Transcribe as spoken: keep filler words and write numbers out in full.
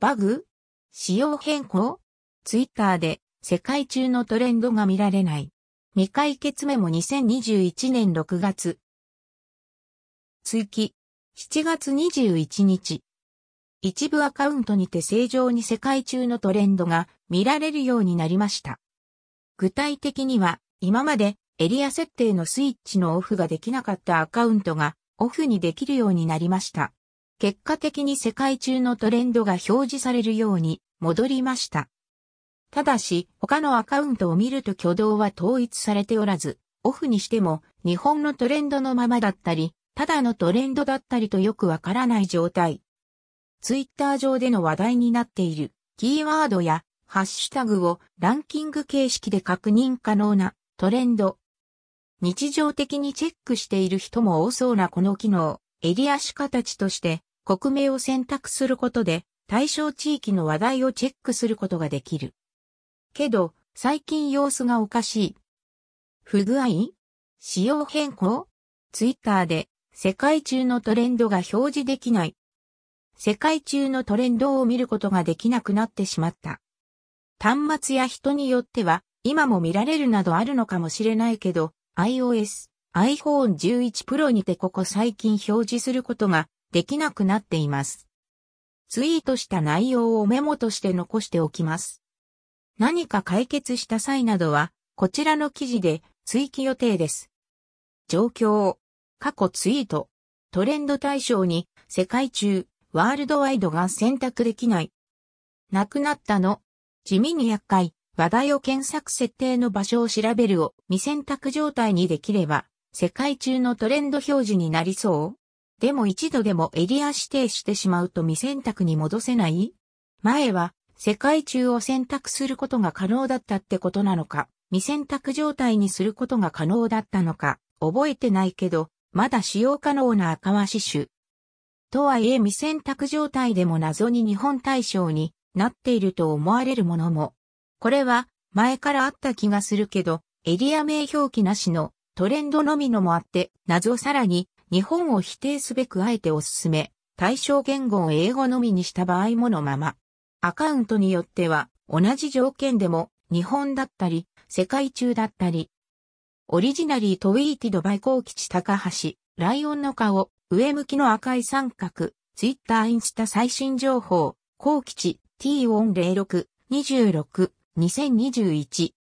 バグ？仕様変更？ツイッターで世界中のトレンドが見られない。未解決メモにせんにじゅういちねんろくがつ。追記。しちがつにじゅういちにち。一部アカウントにて正常に世界中のトレンドが見られるようになりました。具体的には、今までエリア設定のスイッチのオフができなかったアカウントがオフにできるようになりました。結果的に世界中のトレンドが表示されるように戻りました。ただし、他のアカウントを見ると挙動は統一されておらず、オフにしても日本のトレンドのままだったり、ただのトレンドだったりとよくわからない状態。ツイッター上での話題になっているキーワードやハッシュタグをランキング形式で確認可能なトレンド。日常的にチェックしている人も多そうなこの機能、エリア種形として国名を選択することで対象地域の話題をチェックすることができる。けど、最近様子がおかしい。不具合？仕様変更？ツイッターで世界中のトレンドが表示できない。世界中のトレンドを見ることができなくなってしまった。端末や人によっては今も見られるなどあるのかもしれないけど、iOS、アイフォーンじゅういち Pro にてここ最近表示することができなくなっています。ツイートした内容をメモとして残しておきます。何か解決した際などは、こちらの記事で追記予定です。状況。過去ツイート。トレンド対象に世界中、ワールドワイドが選択できない。なくなったの。地味に厄介。話題を検索設定の場所を調べるを未選択状態にできれば、世界中のトレンド表示になりそう？でも一度でもエリア指定してしまうと未選択に戻せない？前は、世界中を選択することが可能だったってことなのか、未選択状態にすることが可能だったのか、覚えてないけど、まだ使用可能な赤輪刺繍。とはいえ未選択状態でも謎に日本対象になっていると思われるものも。これは前からあった気がするけど、エリア名表記なしのトレンドのみのもあって、謎さらに日本を否定すべくあえておすすめ、対象言語を英語のみにした場合ものまま。アカウントによっては同じ条件でも日本だったり世界中だったり。オリジナリートウィーティドバイコウキチ高橋、ライオンの顔、上向きの赤い三角、ツイッターインスタ最新情報、コウキチ ティーよんまるろく、にじゅうろく、にせんにじゅういち。